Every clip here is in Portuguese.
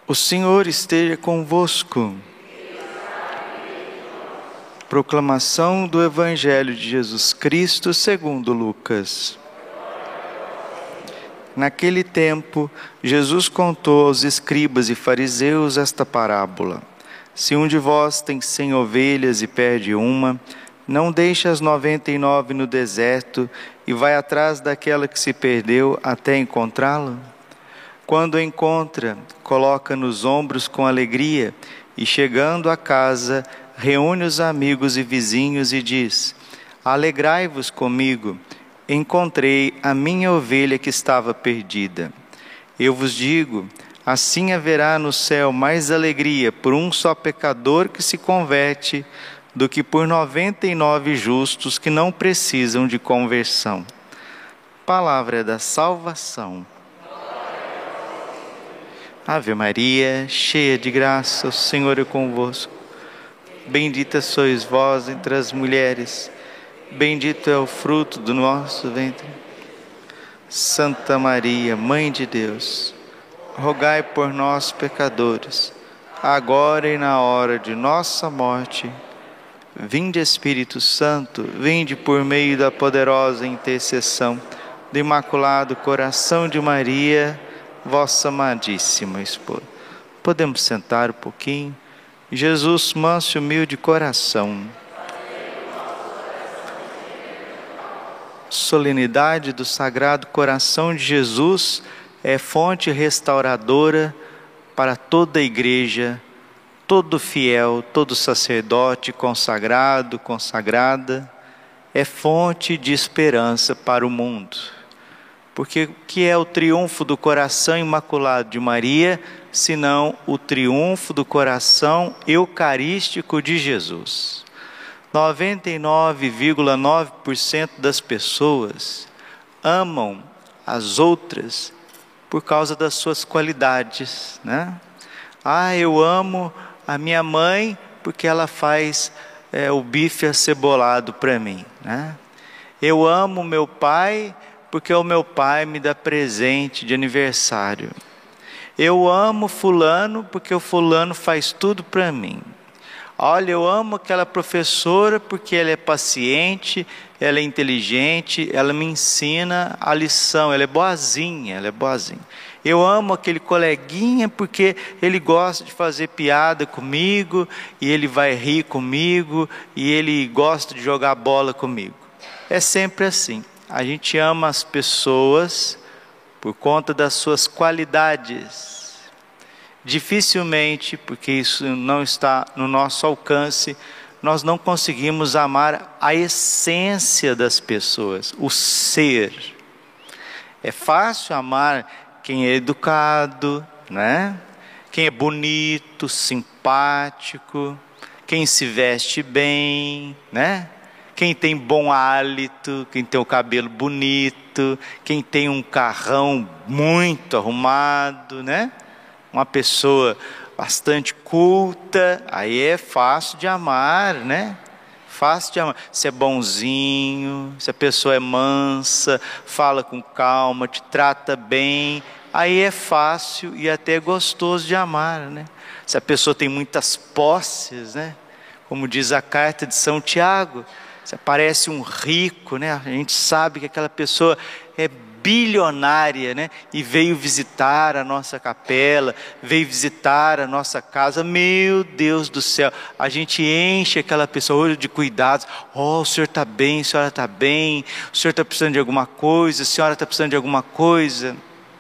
O Senhor esteja convosco. Proclamação do Evangelho de Jesus Cristo segundo Lucas. Naquele tempo, Jesus contou aos escribas e fariseus esta parábola: se um de vós tem 100 ovelhas e perde uma, não deixe as 99 no deserto e vai atrás daquela que se perdeu até encontrá-la? Quando a encontra, coloca nos ombros com alegria e, chegando a casa, reúne os amigos e vizinhos e diz: alegrai-vos comigo, encontrei a minha ovelha que estava perdida. Eu vos digo, assim haverá no céu mais alegria por um só pecador que se converte do que por 99 justos que não precisam de conversão. Palavra da salvação. Ave Maria, cheia de graça, o Senhor é convosco. Bendita sois vós entre as mulheres, bendito é o fruto do nosso ventre. Santa Maria, Mãe de Deus, rogai por nós, pecadores, agora e na hora de nossa morte. Vinde, Espírito Santo, vinde por meio da poderosa intercessão do Imaculado Coração de Maria, vossa amadíssima esposa. Podemos sentar um pouquinho? Jesus, manso e humilde coração. Solenidade do Sagrado Coração de Jesus é fonte restauradora para toda a igreja, todo fiel, todo sacerdote consagrado, consagrada, é fonte de esperança para o mundo. Porque o que é o triunfo do coração imaculado de Maria, senão o triunfo do coração eucarístico de Jesus? 99,9% das pessoas amam as outras por causa das suas qualidades, né? Eu amo a minha mãe porque ela faz o bife acebolado para mim, né? Eu amo meu pai porque o meu pai me dá presente de aniversário. Eu amo fulano porque o fulano faz tudo para mim. Olha, eu amo aquela professora porque ela é paciente, ela é inteligente, ela me ensina a lição, ela é boazinha, ela é boazinha. Eu amo aquele coleguinha porque ele gosta de fazer piada comigo, e ele vai rir comigo, e ele gosta de jogar bola comigo. É sempre assim. A gente ama as pessoas por conta das suas qualidades. Dificilmente, porque isso não está no nosso alcance, nós não conseguimos amar a essência das pessoas, o ser. É fácil amar quem é educado, né? Quem é bonito, simpático, quem se veste bem, né? Quem tem bom hálito, quem tem o cabelo bonito, quem tem um carrão muito arrumado, né? Uma pessoa bastante culta, aí é fácil de amar, né? Fácil de amar. Se é bonzinho, se a pessoa é mansa, fala com calma, te trata bem, aí é fácil e até gostoso de amar, né? Se a pessoa tem muitas posses, né? Como diz a carta de São Tiago, se parece um rico, né? A gente sabe que aquela pessoa é bilionária, né? E veio visitar a nossa capela, veio visitar a nossa casa. Meu Deus do céu, a gente enche aquela pessoa de cuidados. O senhor está bem, a senhora está bem, o senhor está precisando de alguma coisa, a senhora está precisando de alguma coisa.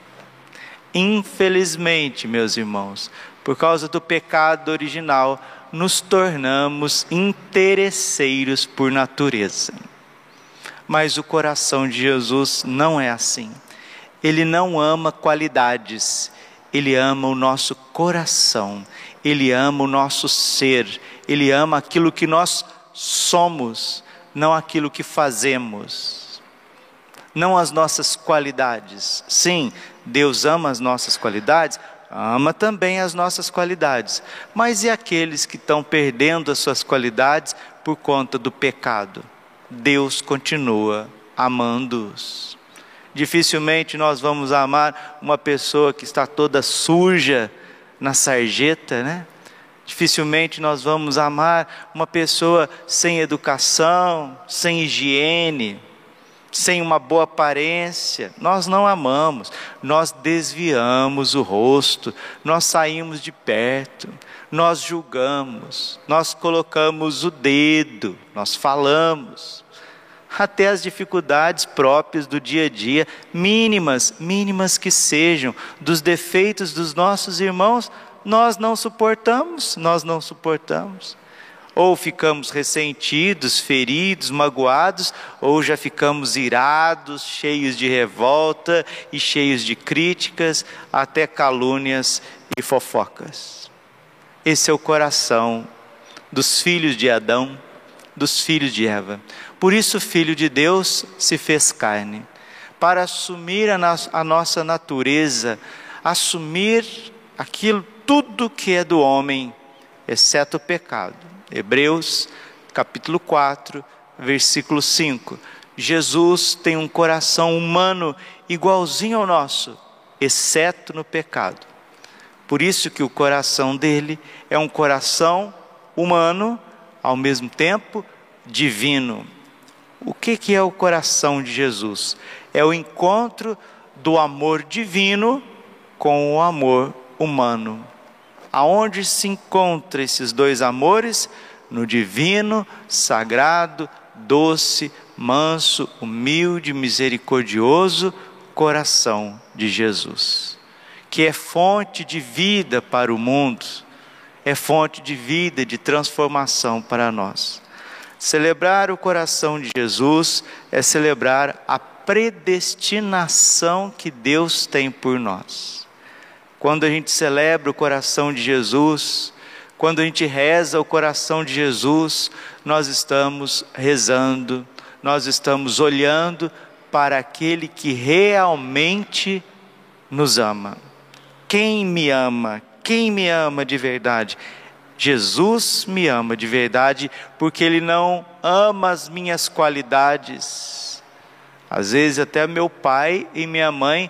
Infelizmente, meus irmãos, por causa do pecado original, nos tornamos interesseiros por natureza. Mas o coração de Jesus não é assim. Ele não ama qualidades, Ele ama o nosso coração, Ele ama o nosso ser, Ele ama aquilo que nós somos, não aquilo que fazemos. Não as nossas qualidades. Sim, Deus ama as nossas qualidades, ama também as nossas qualidades. Mas e aqueles que estão perdendo as suas qualidades por conta do pecado? Deus continua amando-os. Dificilmente nós vamos amar uma pessoa que está toda suja, na sarjeta, né? Dificilmente nós vamos amar uma pessoa sem educação, sem higiene, sem uma boa aparência. Nós não amamos, nós desviamos o rosto, nós saímos de perto, nós julgamos, nós colocamos o dedo, nós falamos. Até as dificuldades próprias do dia a dia, mínimas que sejam, dos defeitos dos nossos irmãos, nós não suportamos. Ou ficamos ressentidos, feridos, magoados, ou já ficamos irados, cheios de revolta e cheios de críticas, até calúnias e fofocas. Esse é o coração dos filhos de Adão, dos filhos de Eva. Por isso o Filho de Deus se fez carne, para assumir a nossa natureza, assumir aquilo tudo que é do homem, exceto o pecado. Hebreus, capítulo 4, versículo 5. Jesus tem um coração humano igualzinho ao nosso, exceto no pecado. Por isso que o coração dele é um coração humano, ao mesmo tempo divino. O que é o coração de Jesus? É o encontro do amor divino com o amor humano. Aonde se encontram esses dois amores? No divino, sagrado, doce, manso, humilde, misericordioso coração de Jesus, que é fonte de vida para o mundo, é fonte de vida, de transformação para nós. Celebrar o coração de Jesus é celebrar a predestinação que Deus tem por nós. Quando a gente celebra o coração de Jesus, quando a gente reza o coração de Jesus, nós estamos rezando, nós estamos olhando para aquele que realmente nos ama. Quem me ama? Quem me ama de verdade? Jesus me ama de verdade, porque Ele não ama as minhas qualidades. Às vezes até meu pai e minha mãe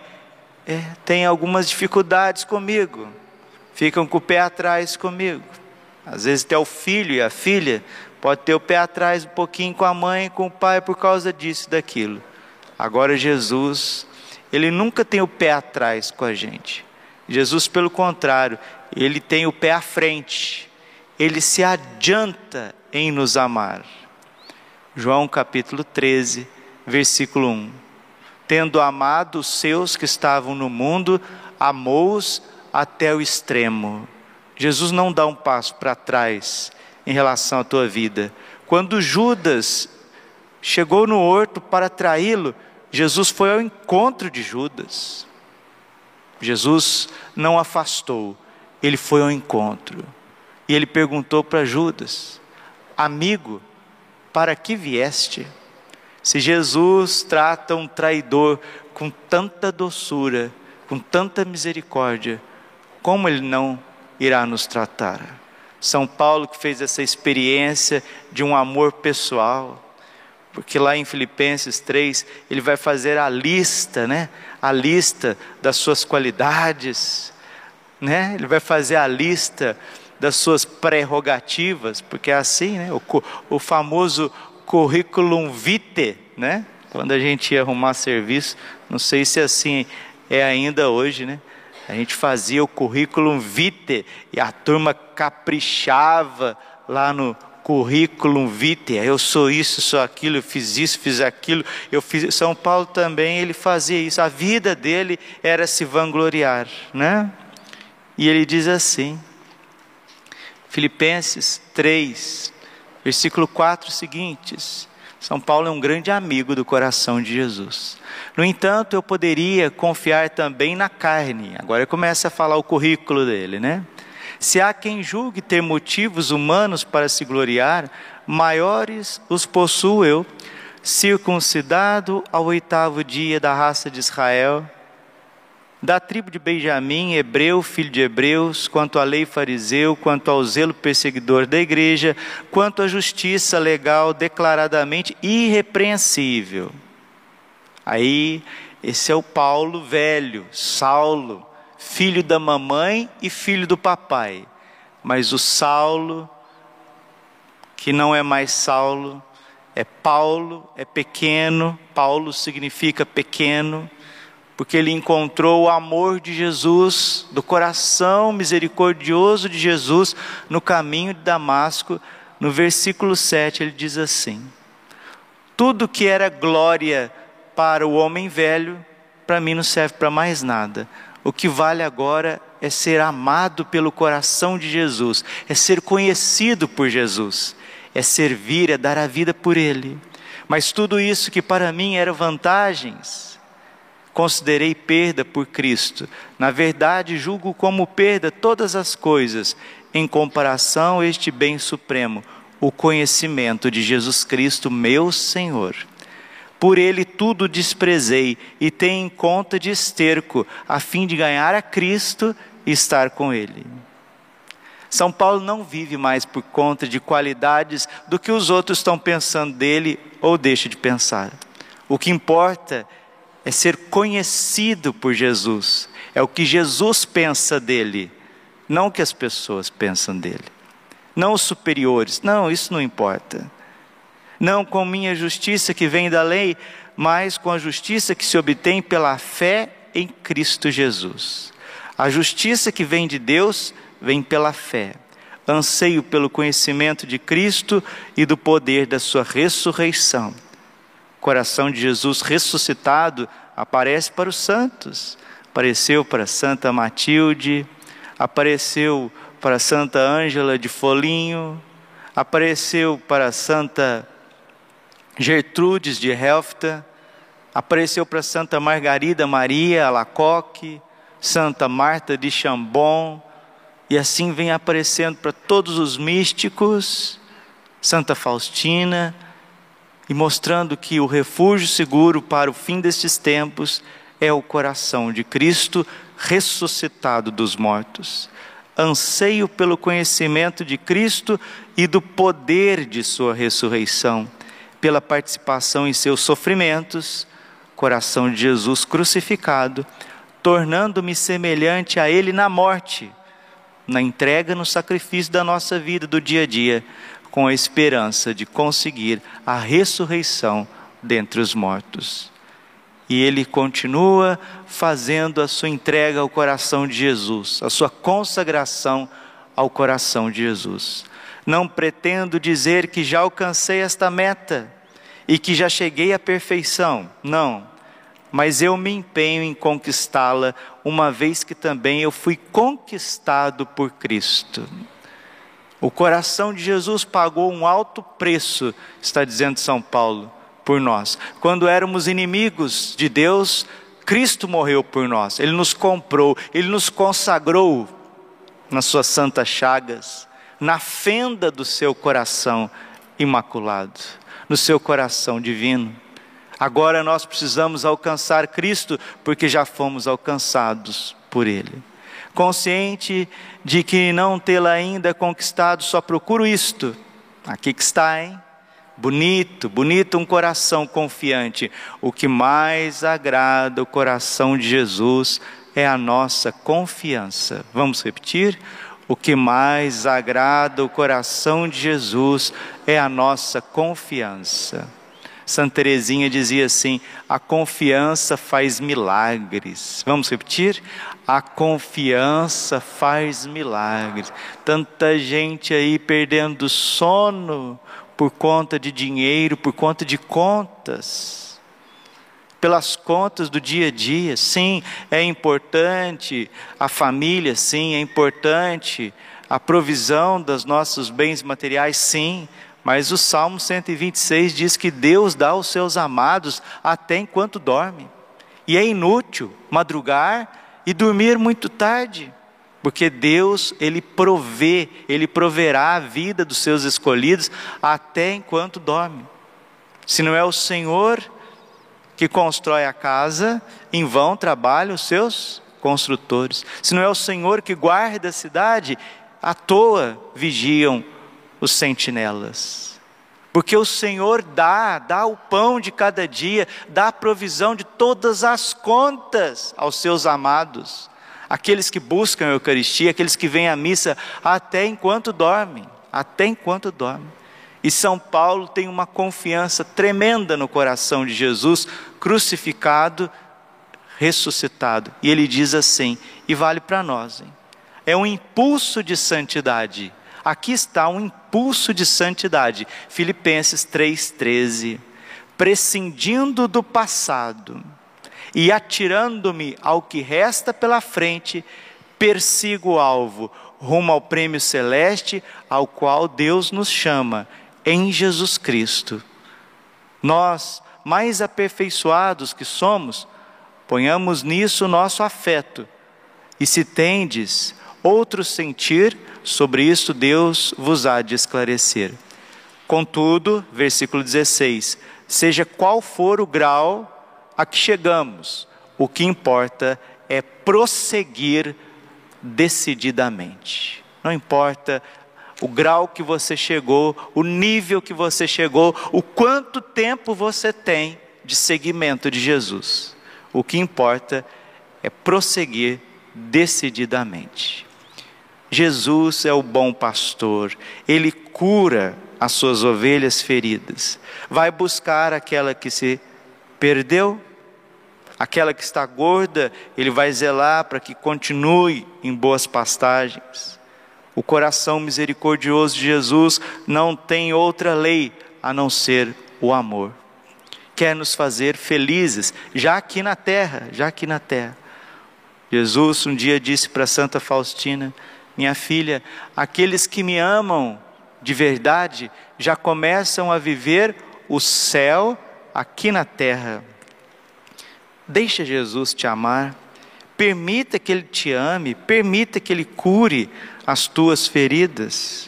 têm algumas dificuldades comigo, ficam com o pé atrás comigo. Às vezes até o filho e a filha pode ter o pé atrás um pouquinho com a mãe e com o pai por causa disso e daquilo. Agora Jesus, Ele nunca tem o pé atrás com a gente. Jesus, pelo contrário, Ele tem o pé à frente. Ele se adianta em nos amar. João capítulo 13, versículo 1. Tendo amado os seus que estavam no mundo, amou-os até o extremo. Jesus não dá um passo para trás em relação à tua vida. Quando Judas chegou no horto para traí-lo, Jesus foi ao encontro de Judas. Jesus não afastou, Ele foi ao encontro. E Ele perguntou para Judas: amigo, para que vieste? Se Jesus trata um traidor com tanta doçura, com tanta misericórdia, como Ele não irá nos tratar? São Paulo que fez essa experiência de um amor pessoal, porque lá em Filipenses 3, ele vai fazer a lista, né? A lista das suas qualidades, né? Ele vai fazer a lista das suas prerrogativas, porque é assim, né? O famoso curriculum vitae, né? Quando a gente ia arrumar serviço, não sei se assim é ainda hoje, né? A gente fazia o curriculum vitae e a turma caprichava lá no curriculum vitae. Eu sou isso, sou aquilo, eu fiz isso, fiz aquilo, eu fiz. São Paulo também, ele fazia isso. A vida dele era se vangloriar, né? E ele diz assim, Filipenses 3, versículo 4 seguintes. São Paulo é um grande amigo do coração de Jesus. No entanto, eu poderia confiar também na carne. Agora ele começa a falar o currículo dele, né? Se há quem julgue ter motivos humanos para se gloriar, maiores os possuo eu, circuncidado ao 8º dia da raça de Israel, da tribo de Benjamim, hebreu, filho de hebreus, quanto à lei fariseu, quanto ao zelo perseguidor da igreja, quanto à justiça legal declaradamente irrepreensível. Aí, esse é o Paulo velho, Saulo, filho da mamãe e filho do papai. Mas o Saulo, que não é mais Saulo, é Paulo, é pequeno. Paulo significa pequeno, porque ele encontrou o amor de Jesus, do coração misericordioso de Jesus, no caminho de Damasco. No versículo 7 ele diz assim: tudo que era glória para o homem velho, para mim não serve para mais nada. O que vale agora é ser amado pelo coração de Jesus, é ser conhecido por Jesus, é servir, é dar a vida por Ele. Mas tudo isso que para mim era vantagens, considerei perda por Cristo. Na verdade, julgo como perda todas as coisas, em comparação a este bem supremo, o conhecimento de Jesus Cristo, meu Senhor. Por Ele tudo desprezei e tenho em conta de esterco, a fim de ganhar a Cristo e estar com Ele. São Paulo não vive mais por conta de qualidades do que os outros estão pensando dele ou deixam de pensar. O que importa é ser conhecido por Jesus. É o que Jesus pensa dele, não o que as pessoas pensam dele. Não os superiores, não, isso não importa. Não com minha justiça que vem da lei, mas com a justiça que se obtém pela fé em Cristo Jesus. A justiça que vem de Deus vem pela fé. Anseio pelo conhecimento de Cristo e do poder da sua ressurreição. O coração de Jesus ressuscitado aparece para os santos. Apareceu para Santa Matilde, apareceu para Santa Ângela de Folinho, apareceu para Santa Gertrudes de Helfta, apareceu para Santa Margarida Maria Alacoque, Santa Marta de Chambon, e assim vem aparecendo para todos os místicos, Santa Faustina, e mostrando que o refúgio seguro para o fim destes tempos é o coração de Cristo ressuscitado dos mortos. Anseio pelo conhecimento de Cristo e do poder de sua ressurreição, pela participação em seus sofrimentos, coração de Jesus crucificado, tornando-me semelhante a Ele na morte, na entrega, no sacrifício da nossa vida, do dia a dia, com a esperança de conseguir a ressurreição dentre os mortos. E ele continua fazendo a sua entrega ao coração de Jesus, a sua consagração ao coração de Jesus. Não pretendo dizer que já alcancei esta meta e que já cheguei à perfeição, não. Mas eu me empenho em conquistá-la, uma vez que também eu fui conquistado por Cristo. O coração de Jesus pagou um alto preço, está dizendo São Paulo, por nós. Quando éramos inimigos de Deus, Cristo morreu por nós. Ele nos comprou, Ele nos consagrou nas suas santas chagas, na fenda do seu coração imaculado, no seu coração divino. Agora nós precisamos alcançar Cristo, porque já fomos alcançados por Ele. Consciente de que não tê-la ainda conquistado, só procuro isto. Aqui que está, hein? Bonito, bonito um coração confiante. O que mais agrada o coração de Jesus é a nossa confiança. Vamos repetir? O que mais agrada o coração de Jesus é a nossa confiança. Santa Teresinha dizia assim: a confiança faz milagres. Vamos repetir? A confiança faz milagres. Tanta gente aí perdendo sono por conta de dinheiro, por conta de contas, pelas contas do dia a dia. Sim, é importante a família, sim, é importante a provisão dos nossos bens materiais, sim, mas o Salmo 126 diz que Deus dá aos seus amados até enquanto dorme, e é inútil madrugar e dormir muito tarde, porque Deus, Ele provê, Ele proverá a vida dos seus escolhidos até enquanto dorme. Se não é o Senhor que constrói a casa, em vão trabalham os seus construtores. Se não é o Senhor que guarda a cidade, à toa vigiam os sentinelas. Porque o Senhor dá o pão de cada dia, dá a provisão de todas as contas aos seus amados. aqueles que buscam a Eucaristia, aqueles que vêm à missa até enquanto dormem, E São Paulo tem uma confiança tremenda no coração de Jesus, crucificado, ressuscitado. E ele diz assim, e vale para nós, hein? É um impulso de santidade. Aqui está um impulso de santidade. Filipenses 3,13. Prescindindo do passado e atirando-me ao que resta pela frente, persigo o alvo, rumo ao prêmio celeste, ao qual Deus nos chama, em Jesus Cristo. Nós, mais aperfeiçoados que somos, ponhamos nisso o nosso afeto, e se tendes outro sentir, sobre isso Deus vos há de esclarecer. Contudo, versículo 16, seja qual for o grau a que chegamos, o que importa é prosseguir decididamente. Não importa o grau que você chegou, o nível que você chegou, o quanto tempo você tem de seguimento de Jesus. O que importa é prosseguir decididamente. Jesus é o bom pastor, Ele cura as suas ovelhas feridas, vai buscar aquela que se perdeu, aquela que está gorda, Ele vai zelar para que continue em boas pastagens. O coração misericordioso de Jesus não tem outra lei a não ser o amor. Quer nos fazer felizes, já aqui na terra. Jesus um dia disse para Santa Faustina, minha filha, aqueles que me amam de verdade, já começam a viver o céu aqui na terra. Deixa Jesus te amar, permita que Ele te ame, permita que Ele cure as tuas feridas.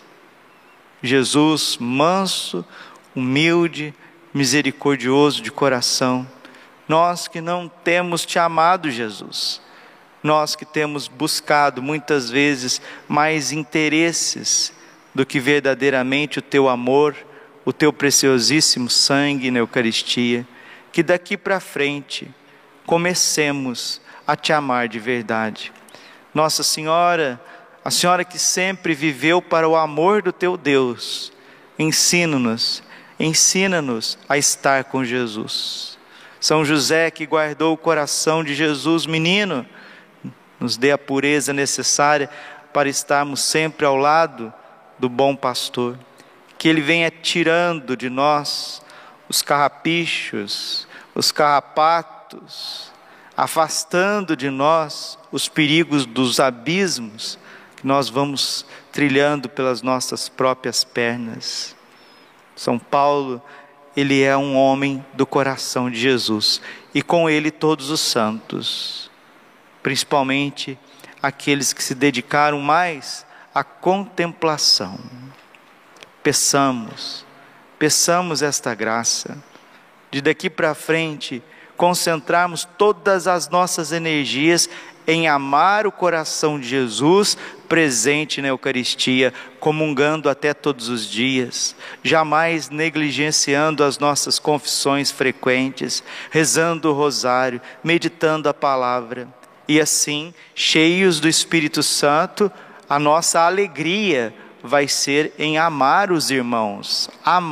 Jesus, manso, humilde, misericordioso de coração, nós que não temos te amado, Jesus, nós que temos buscado muitas vezes mais interesses do que verdadeiramente o teu amor, o teu preciosíssimo sangue na Eucaristia, que daqui para frente comecemos a te amar de verdade. Nossa Senhora, a Senhora que sempre viveu para o amor do teu Deus, ensina-nos a estar com Jesus. São José que guardou o coração de Jesus menino, nos dê a pureza necessária para estarmos sempre ao lado do bom pastor. Que Ele venha tirando de nós os carrapichos, os carrapatos, afastando de nós os perigos dos abismos que nós vamos trilhando pelas nossas próprias pernas. São Paulo, ele é um homem do coração de Jesus, e com ele todos os santos, principalmente aqueles que se dedicaram mais à contemplação. Peçamos esta graça, de daqui para frente concentrarmos todas as nossas energias em amar o coração de Jesus presente na Eucaristia, comungando até todos os dias, jamais negligenciando as nossas confissões frequentes, rezando o rosário, meditando a palavra, e assim, cheios do Espírito Santo, a nossa alegria vai ser em amar os irmãos.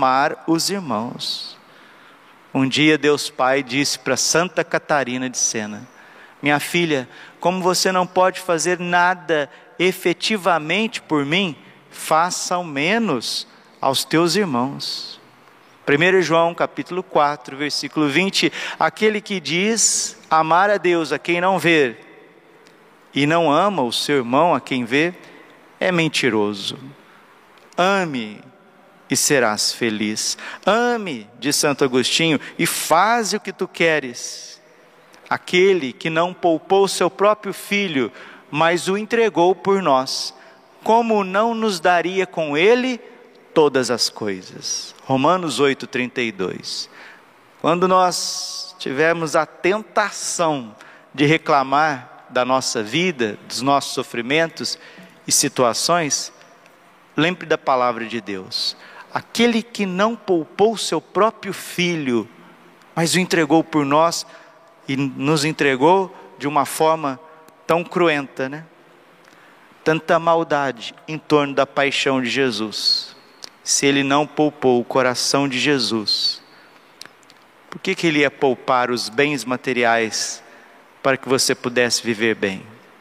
Um dia Deus Pai disse para Santa Catarina de Sena, minha filha, como você não pode fazer nada efetivamente por mim, faça ao menos aos teus irmãos. 1 João capítulo 4, versículo 20, aquele que diz amar a Deus a quem não vê, e não ama o seu irmão a quem vê, é mentiroso. Ame e serás feliz. Ame, diz Santo Agostinho, e faze o que tu queres. Aquele que não poupou seu próprio filho, mas o entregou por nós, como não nos daria com ele todas as coisas? Romanos 8:32. Quando nós tivermos a tentação de reclamar da nossa vida, dos nossos sofrimentos e situações, lembre da palavra de Deus. Aquele que não poupou seu próprio filho, mas o entregou por nós, e nos entregou de uma forma tão cruenta, né? Tanta maldade em torno da paixão de Jesus. Se ele não poupou o coração de Jesus, por que ele ia poupar os bens materiais para que você pudesse viver bem?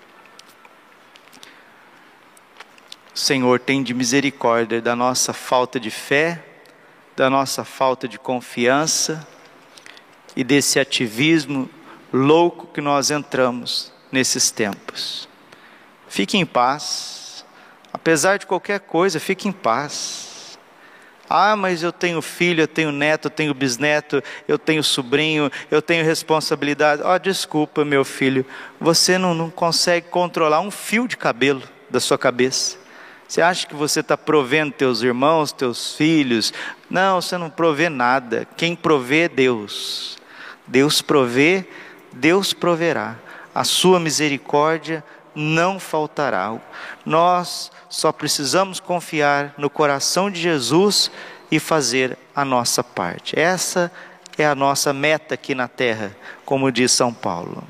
O Senhor tem de misericórdia da nossa falta de fé, da nossa falta de confiança e desse ativismo louco que nós entramos nesses tempos. Fique em paz, apesar de qualquer coisa, fique em paz. Ah, mas eu tenho filho, eu tenho neto, eu tenho bisneto, eu tenho sobrinho, eu tenho responsabilidade. Desculpa, meu filho, você não consegue controlar um fio de cabelo da sua cabeça. Você acha que você está provendo teus irmãos, teus filhos? Não, você não provê nada. Quem provê é Deus. Deus provê, Deus proverá. A sua misericórdia não faltará. Nós só precisamos confiar no coração de Jesus e fazer a nossa parte. Essa é a nossa meta aqui na terra, como diz São Paulo.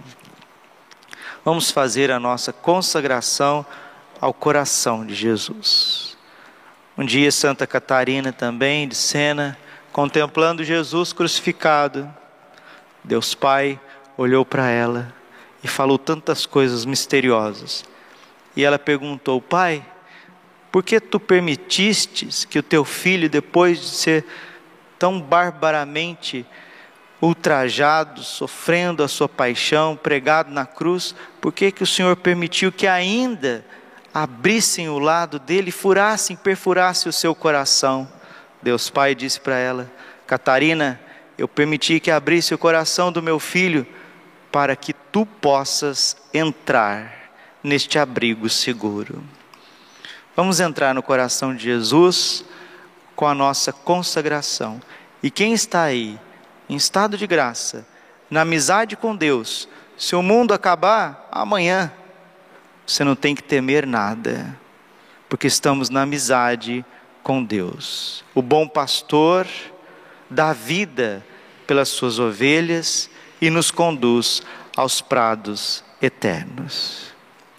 Vamos fazer a nossa consagração ao coração de Jesus. Um dia Santa Catarina também, de Sena, contemplando Jesus crucificado, Deus Pai olhou para ela e falou tantas coisas misteriosas. E ela perguntou: Pai, por que tu permitistes que o teu filho, depois de ser tão barbaramente ultrajado, sofrendo a sua paixão, pregado na cruz, por que o Senhor permitiu que ainda abrissem o lado dele, furassem, perfurassem o seu coração? Deus Pai disse para ela: Catarina, eu permiti que abrisse o coração do meu filho para que tu possas entrar neste abrigo seguro. Vamos entrar no coração de Jesus com a nossa consagração. E quem está aí, em estado de graça, na amizade com Deus, se o mundo acabar amanhã, você não tem que temer nada, porque estamos na amizade com Deus. O bom pastor dá vida pelas suas ovelhas e nos conduz aos prados eternos.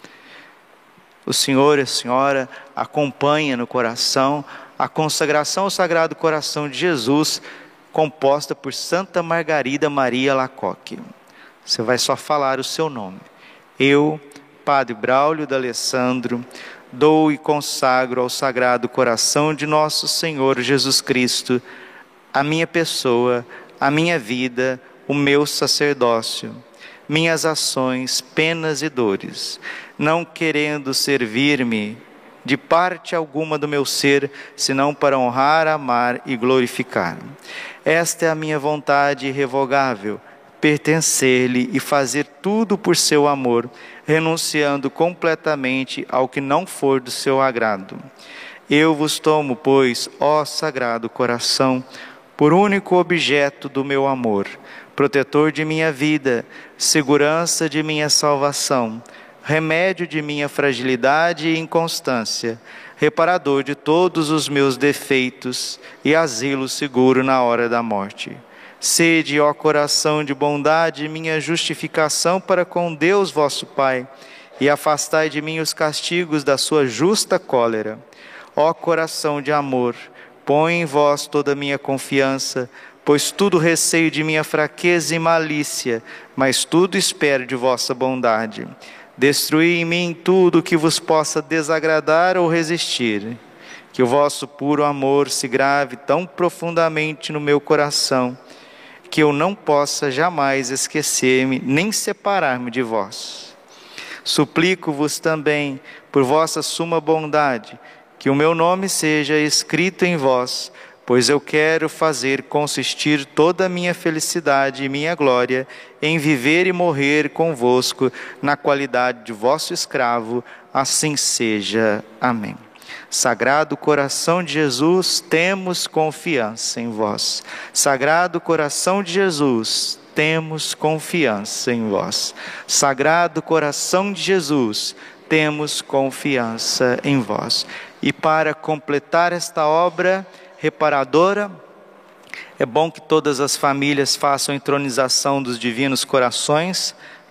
O Senhor e a Senhora acompanha no coração a consagração ao Sagrado Coração de Jesus, composta por Santa Margarida Maria Lacoque. Você vai só falar o seu nome. Eu, Padre Braulio D'Alessandro, dou e consagro ao Sagrado Coração de nosso Senhor Jesus Cristo a minha pessoa, a minha vida, o meu sacerdócio, minhas ações, penas e dores, não querendo servir-me de parte alguma do meu ser, senão para honrar, amar e glorificar. Esta é a minha vontade irrevogável, pertencer-lhe e fazer tudo por seu amor, renunciando completamente ao que não for do seu agrado. Eu vos tomo, pois, ó Sagrado Coração, por único objeto do meu amor, protetor de minha vida, segurança de minha salvação, remédio de minha fragilidade e inconstância, reparador de todos os meus defeitos e asilo seguro na hora da morte. Sede, ó coração de bondade, minha justificação para com Deus vosso Pai, e afastai de mim os castigos da sua justa cólera. Ó coração de amor, põe em vós toda a minha confiança, pois tudo receio de minha fraqueza e malícia, mas tudo espero de vossa bondade. Destruí em mim tudo que vos possa desagradar ou resistir. Que o vosso puro amor se grave tão profundamente no meu coração, que eu não possa jamais esquecer-me, nem separar-me de vós. Suplico-vos também, por vossa suma bondade, que o meu nome seja escrito em vós, pois eu quero fazer consistir toda a minha felicidade e minha glória em viver e morrer convosco na qualidade de vosso escravo, assim seja. Amém. Sagrado Coração de Jesus, temos confiança em vós. Sagrado Coração de Jesus, temos confiança em vós. Sagrado Coração de Jesus, temos confiança em vós. E para completar esta obra reparadora, é bom que todas as famílias façam a entronização dos divinos corações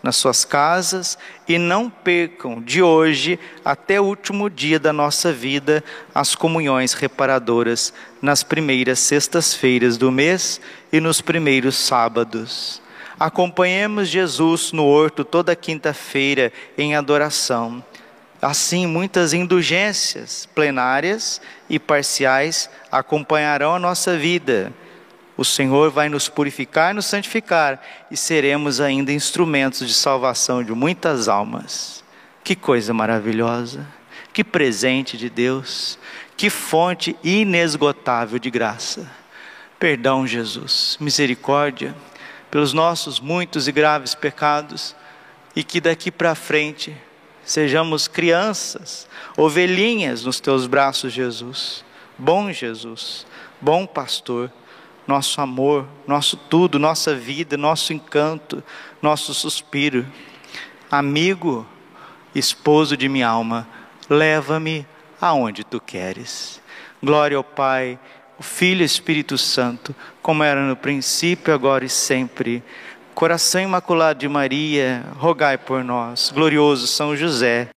nas suas casas e não percam de hoje até o último dia da nossa vida as comunhões reparadoras nas primeiras sextas-feiras do mês e nos primeiros sábados. Acompanhemos Jesus no horto toda quinta-feira em adoração. Assim, muitas indulgências plenárias e parciais acompanharão a nossa vida. O Senhor vai nos purificar e nos santificar, e seremos ainda instrumentos de salvação de muitas almas. Que coisa maravilhosa, que presente de Deus, que fonte inesgotável de graça. Perdão, Jesus, misericórdia pelos nossos muitos e graves pecados, e que daqui para frente sejamos crianças, ovelhinhas nos teus braços, Jesus. Bom pastor, nosso amor, nosso tudo, nossa vida, nosso encanto, nosso suspiro. Amigo, esposo de minha alma, leva-me aonde tu queres. Glória ao Pai, o Filho e o Espírito Santo, como era no princípio, agora e sempre. Coração Imaculado de Maria, rogai por nós. Glorioso São José,